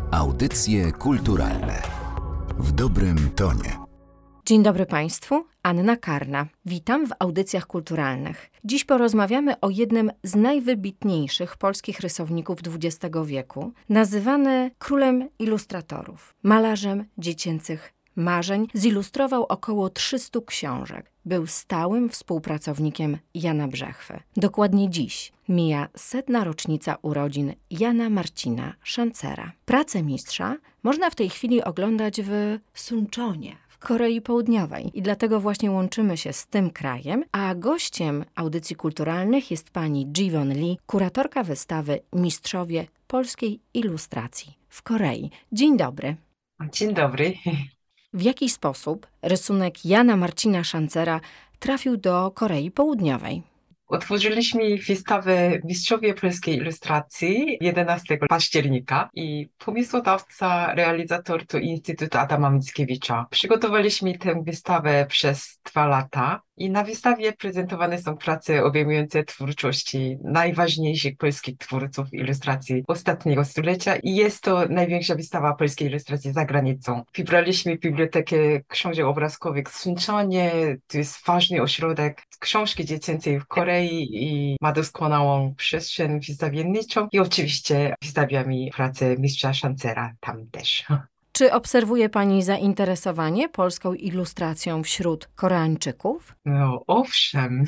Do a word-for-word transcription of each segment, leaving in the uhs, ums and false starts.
Audycje kulturalne w dobrym tonie. Dzień dobry Państwu, Anna Karna. Witam w audycjach kulturalnych. Dziś porozmawiamy o jednym z najwybitniejszych polskich rysowników dwudziestego wieku, nazywany królem ilustratorów, malarzem dziecięcych marzeń. Zilustrował około trzystu książek. Był stałym współpracownikiem Jana Brzechwy. Dokładnie dziś mija setna rocznica urodzin Jana Marcina Szancera. Pracę mistrza można w tej chwili oglądać w Suncheonie, w Korei Południowej. I dlatego właśnie łączymy się z tym krajem, a gościem audycji kulturalnych jest pani Ji-won Lee, kuratorka wystawy Mistrzowie polskiej ilustracji w Korei. Dzień dobry. Dzień dobry. W jaki sposób rysunek Jana Marcina Szancera trafił do Korei Południowej? Otworzyliśmy wystawę Mistrzowie Polskiej Ilustracji jedenastego października i pomysłodawca, realizator to Instytut Adama Mickiewicza. Przygotowaliśmy tę wystawę przez dwa lata i na wystawie prezentowane są prace obejmujące twórczości najważniejszych polskich twórców ilustracji ostatniego stulecia i jest to największa wystawa polskiej ilustracji za granicą. Wybraliśmy Bibliotekę Książek Obrazkowych w Suncheonie, to jest ważny ośrodek książki dziecięcej w Korei i ma doskonałą przestrzeń wystawienniczą i oczywiście wystawiamy pracę mistrza Szancera tam też. Czy obserwuje pani zainteresowanie polską ilustracją wśród Koreańczyków? No owszem,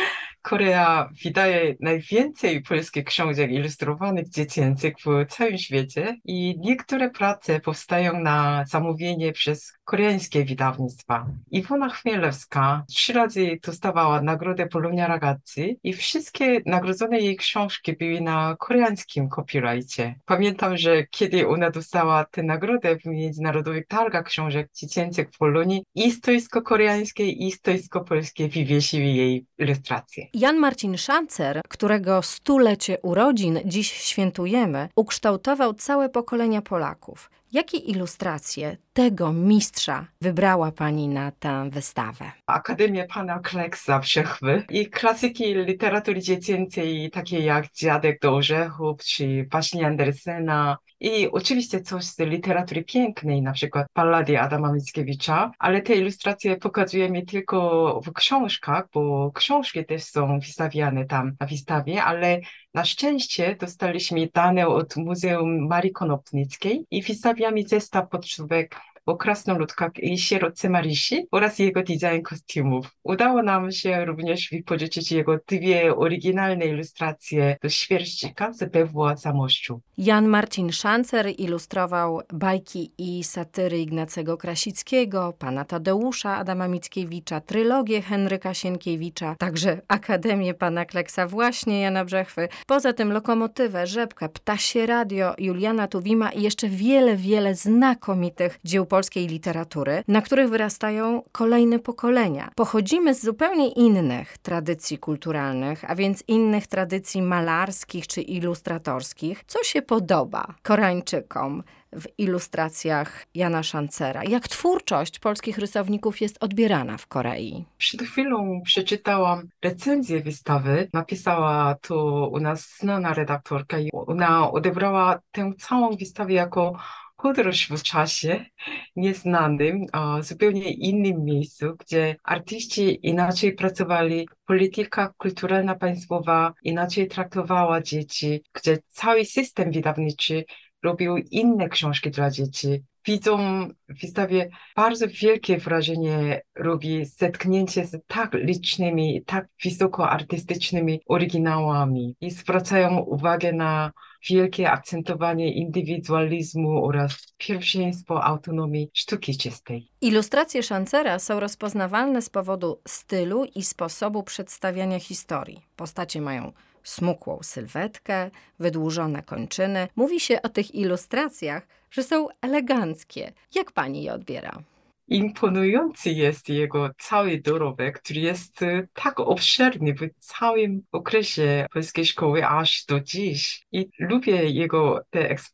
Korea wydaje najwięcej polskich książek ilustrowanych dziecięcych w całym świecie i niektóre prace powstają na zamówienie przez koreańskie wydawnictwa. Iwona Chmielewska trzy razy dostawała nagrodę Polonia Ragazzi i wszystkie nagrodzone jej książki były na koreańskim copyrightie. Pamiętam, że kiedy ona dostała tę nagrodę w międzynarodowych targach książek dziecięcych w Polonii, i stoisko koreańskie, i stoisko polskie wywiesiły jej ilustracje. Jan Marcin Szancer, którego stulecie urodzin dziś świętujemy, ukształtował całe pokolenia Polaków. Jakie ilustracje tego mistrza wybrała pani na tę wystawę? Akademię pana Kleksa Brzechwy i klasyki literatury dziecięcej, takie jak Dziadek do orzechów czy baśnie Andersena i oczywiście coś z literatury pięknej, na przykład ballady Adama Mickiewicza, ale te ilustracje pokazujemy tylko w książkach, bo książki też są wystawiane tam na wystawie, ale na szczęście dostaliśmy dane od Muzeum Marii Konopnickiej i wystawiamy zestaw podszówek o krasnoludkach i sierotce Marysi oraz jego design kostiumów. Udało nam się również wypożyczyć jego dwie oryginalne ilustracje do Świerszczyka z Bewła Zamościu. Jan Marcin Szancer ilustrował bajki i satyry Ignacego Krasickiego, pana Tadeusza Adama Mickiewicza, trylogię Henryka Sienkiewicza, także Akademię pana Kleksa właśnie Jana Brzechwy. Poza tym Lokomotywę, Rzepkę, Ptasie Radio, Juliana Tuwima i jeszcze wiele, wiele znakomitych dzieł polskiej literatury, na których wyrastają kolejne pokolenia. Pochodzimy z zupełnie innych tradycji kulturalnych, a więc innych tradycji malarskich czy ilustratorskich. Co się podoba Koreańczykom w ilustracjach Jana Szancera? Jak twórczość polskich rysowników jest odbierana w Korei? Przed chwilą przeczytałam recenzję wystawy. Napisała to u nas znana redaktorka i ona odebrała tę całą wystawę jako podróż w czasie nieznanym, o zupełnie innym miejscu, gdzie artyści inaczej pracowali, polityka kulturalna państwowa inaczej traktowała dzieci, gdzie cały system wydawniczy robił inne książki dla dzieci. Widzą w wystawie bardzo wielkie wrażenie robi zetknięcie z tak licznymi, tak wysoko artystycznymi oryginałami i zwracają uwagę na wielkie akcentowanie indywidualizmu oraz pierwszeństwo autonomii sztuki czystej. Ilustracje Szancera są rozpoznawalne z powodu stylu i sposobu przedstawiania historii. Postacie mają smukłą sylwetkę, wydłużone kończyny. Mówi się o tych ilustracjach, że są eleganckie. Jak pani je odbiera? Imponujący jest jego cały dorobek, który jest tak obszerny w całym okresie polskiej szkoły aż do dziś. I lubię jego te ekspresje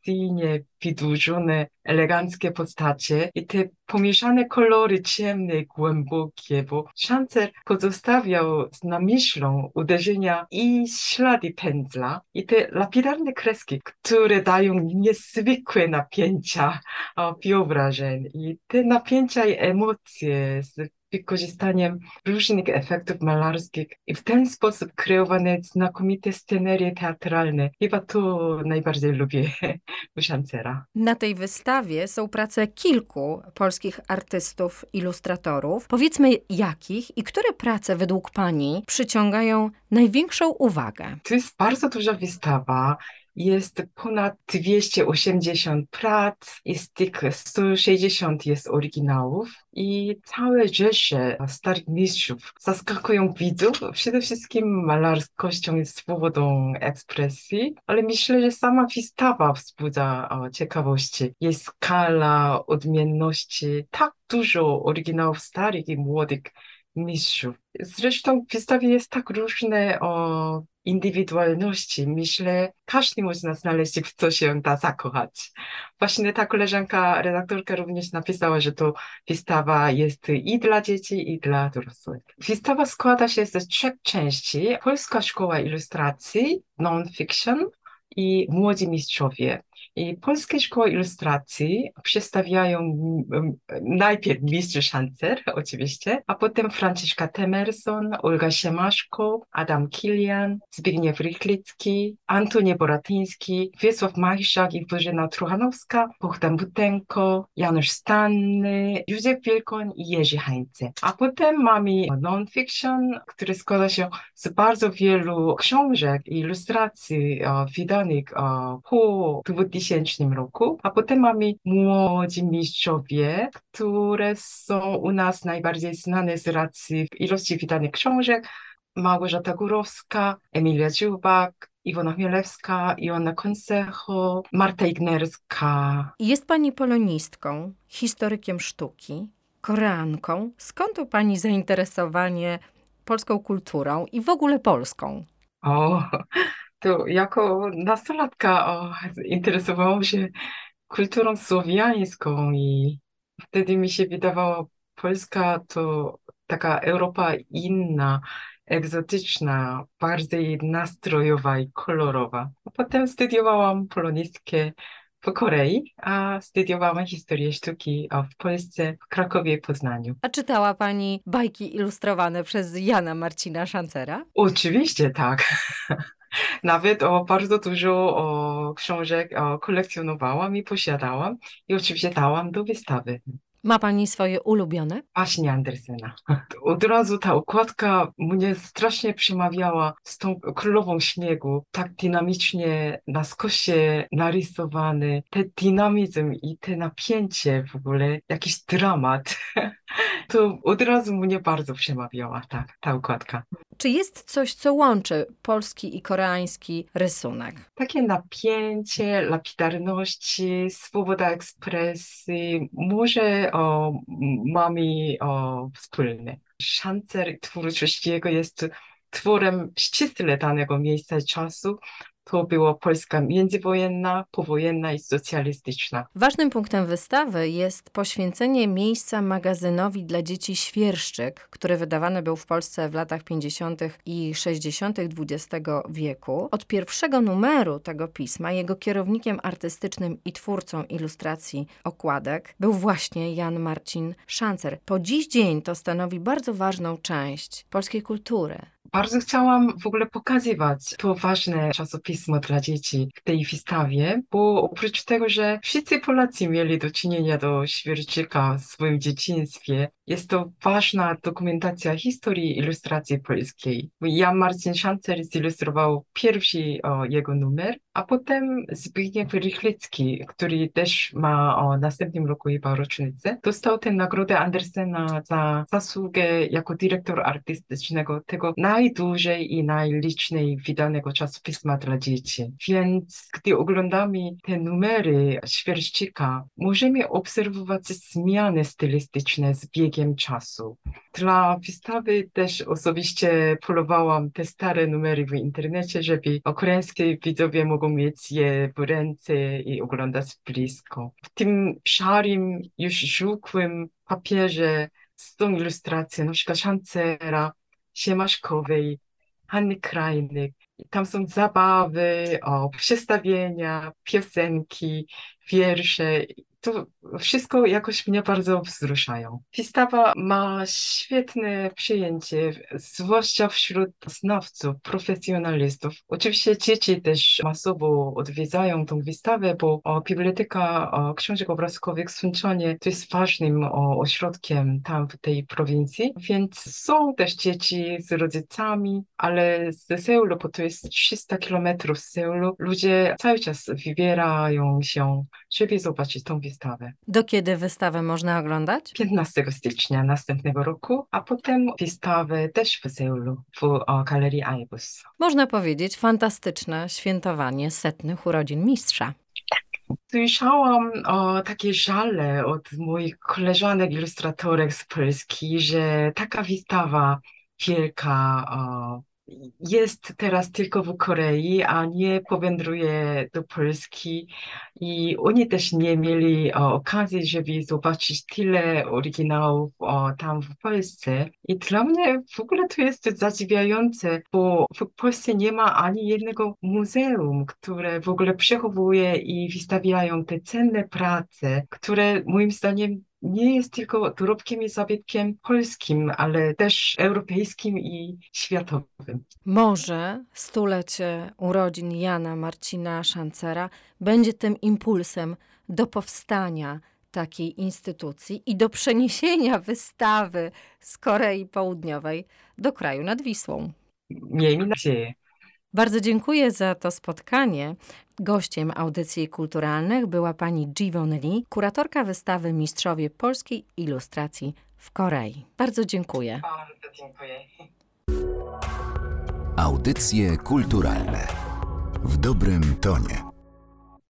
atrakcyjnie wydłużone, eleganckie postacie i te pomieszane kolory ciemne i głębokie, bo Szancer pozostawiał na myślą uderzenia i ślady pędzla i te lapidarne kreski, które dają niezwykłe napięcia o, wyobrażeń i te napięcia i emocje z wykorzystaniem różnych efektów malarskich i w ten sposób kreowane znakomite scenerie teatralne. Chyba to najbardziej lubię u Szancera. Na tej wystawie są prace kilku polskich artystów, ilustratorów. Powiedzmy jakich i które prace według pani przyciągają największą uwagę? To jest bardzo duża wystawa. Jest ponad dwieście osiemdziesiąt prac i z tych sto sześćdziesiąt jest oryginałów i całe rzesze starych mistrzów zaskakują widzów przede wszystkim malarskością i swobodą ekspresji, ale myślę, że sama wystawa wzbudza o, ciekawości. Jest skala odmienności, tak dużo oryginałów starych i młodych mistrzów. Zresztą w wystawie jest tak różne o indywidualności. Myślę, każdy można znaleźć, w co się da zakochać. Właśnie ta koleżanka, redaktorka również napisała, że to wystawa jest i dla dzieci, i dla dorosłych. Wystawa składa się ze trzech części. Polska Szkoła Ilustracji, Non-Fiction i Młodzi Mistrzowie. I Polskie Szkoły Ilustracji przedstawiają um, najpierw mistrz Szancer, oczywiście, a potem Franciszka Temerson, Olga Siemaszko, Adam Kilian, Zbigniew Rychlicki, Antoni Boratyński, Wiesław Machiszak i Bożena Truchanowska, Bogdan Butenko, Janusz Stanny, Józef Wielkoń i Jerzy Hańce. A potem mamy non-fiction, który składa się z bardzo wielu książek i ilustracji o, wydanych o, po dwutysięcznym roku, a potem mamy Młodzi Mistrzowie, które są u nas najbardziej znane z racji ilości wydanych książek. Małgorzata Górowska, Emilia Dziubak, Iwona Chmielewska, Joanna Konsecho, Marta Ignerska. Jest pani polonistką, historykiem sztuki, koreanką. Skąd to pani zainteresowanie polską kulturą i w ogóle Polską? O, to jako nastolatka o, interesowałam się kulturą słowiańską i wtedy mi się wydawało, Polska to taka Europa inna, egzotyczna, bardziej nastrojowa i kolorowa. Potem studiowałam polonistkę w Korei, a studiowałam historię sztuki w Polsce, w Krakowie i Poznaniu. A czytała pani bajki ilustrowane przez Jana Marcina Szancera? Oczywiście tak. Nawet o bardzo dużo o książek o, kolekcjonowałam i posiadałam i oczywiście dałam do wystawy. Ma pani swoje ulubione? Właśnie Andersena. Od razu ta okładka mnie strasznie przemawiała z tą królową śniegu, tak dynamicznie na skosie narysowany, ten dynamizm i te napięcie w ogóle, jakiś dramat. To od razu mnie bardzo przemawiała ta, ta okładka. Czy jest coś, co łączy polski i koreański rysunek? Takie napięcie, lapidarności, swoboda ekspresji, może o, mamy o, wspólne. Szancer twórczość jego jest tworem ścisle danego miejsca i czasu. To była Polska międzywojenna, powojenna i socjalistyczna. Ważnym punktem wystawy jest poświęcenie miejsca magazynowi dla dzieci Świerszczyk, który wydawany był w Polsce w latach pięćdziesiątych i sześćdziesiątych dwudziestego wieku. Od pierwszego numeru tego pisma jego kierownikiem artystycznym i twórcą ilustracji okładek był właśnie Jan Marcin Szancer. Po dziś dzień to stanowi bardzo ważną część polskiej kultury. Bardzo chciałam w ogóle pokazywać to ważne czasopismo dla dzieci w tej wystawie, bo oprócz tego, że wszyscy Polacy mieli do czynienia do Świerczyka w swoim dzieciństwie, jest to ważna dokumentacja historii ilustracji polskiej. Jan Marcin Szancer zilustrował pierwszy o, jego numer, a potem Zbigniew Rychlicki, który też ma o następnym roku chyba rocznicę, dostał tę nagrodę Andersena za zasługę jako dyrektor artystycznego tego najdłużej i najliczniej wydanego czasopisma dla dzieci. Więc gdy oglądamy te numery Świerszczyka, możemy obserwować zmiany stylistyczne z biegiem czasu. Dla wystawy też osobiście polowałam te stare numery w internecie, żeby koreańscy widzowie mogli mogą mieć je w ręce i oglądać blisko. W tym szarim, już żółkłym papierze są ilustracje, na przykład Szancera, Siemaszkowej, Hanny Krajnik. Tam są zabawy, o, przedstawienia, piosenki, wiersze. To wszystko jakoś mnie bardzo wzruszają. Wystawa ma świetne przyjęcie, zwłaszcza wśród znawców, profesjonalistów. Oczywiście dzieci też masowo odwiedzają tą wystawę, bo o, Biblioteka o, Książek Obrazkowych w Sunčanie to jest ważnym o, ośrodkiem tam w tej prowincji, więc są też dzieci z rodzicami, ale z Seulu, bo to jest trzysta kilometrów z Seulu, ludzie cały czas wybierają się, żeby zobaczyć tą wystawę. Do kiedy wystawę można oglądać? piętnastego stycznia następnego roku, a potem wystawę też w Seulu, w o, Galerii Aibus. Można powiedzieć fantastyczne świętowanie setnych urodzin mistrza. Słyszałam o, takie żale od moich koleżanek ilustratorek z Polski, że taka wystawa wielka o, jest teraz tylko w Korei, a nie powędruje do Polski i oni też nie mieli o, okazji, żeby zobaczyć tyle oryginałów o, tam w Polsce. I dla mnie w ogóle to jest zadziwiające, bo w Polsce nie ma ani jednego muzeum, które w ogóle przechowuje i wystawiają te cenne prace, które moim zdaniem nie jest tylko dorobkiem i zabytkiem polskim, ale też europejskim i światowym. Może stulecie urodzin Jana Marcina Szancera będzie tym impulsem do powstania takiej instytucji i do przeniesienia wystawy z Korei Południowej do kraju nad Wisłą. Miejmy nadzieję. Bardzo dziękuję za to spotkanie. Gościem audycji kulturalnych była pani Ji-won Lee, kuratorka wystawy Mistrzowie Polskiej Ilustracji w Korei. Bardzo dziękuję. Bardzo dziękuję. Audycje kulturalne w dobrym tonie.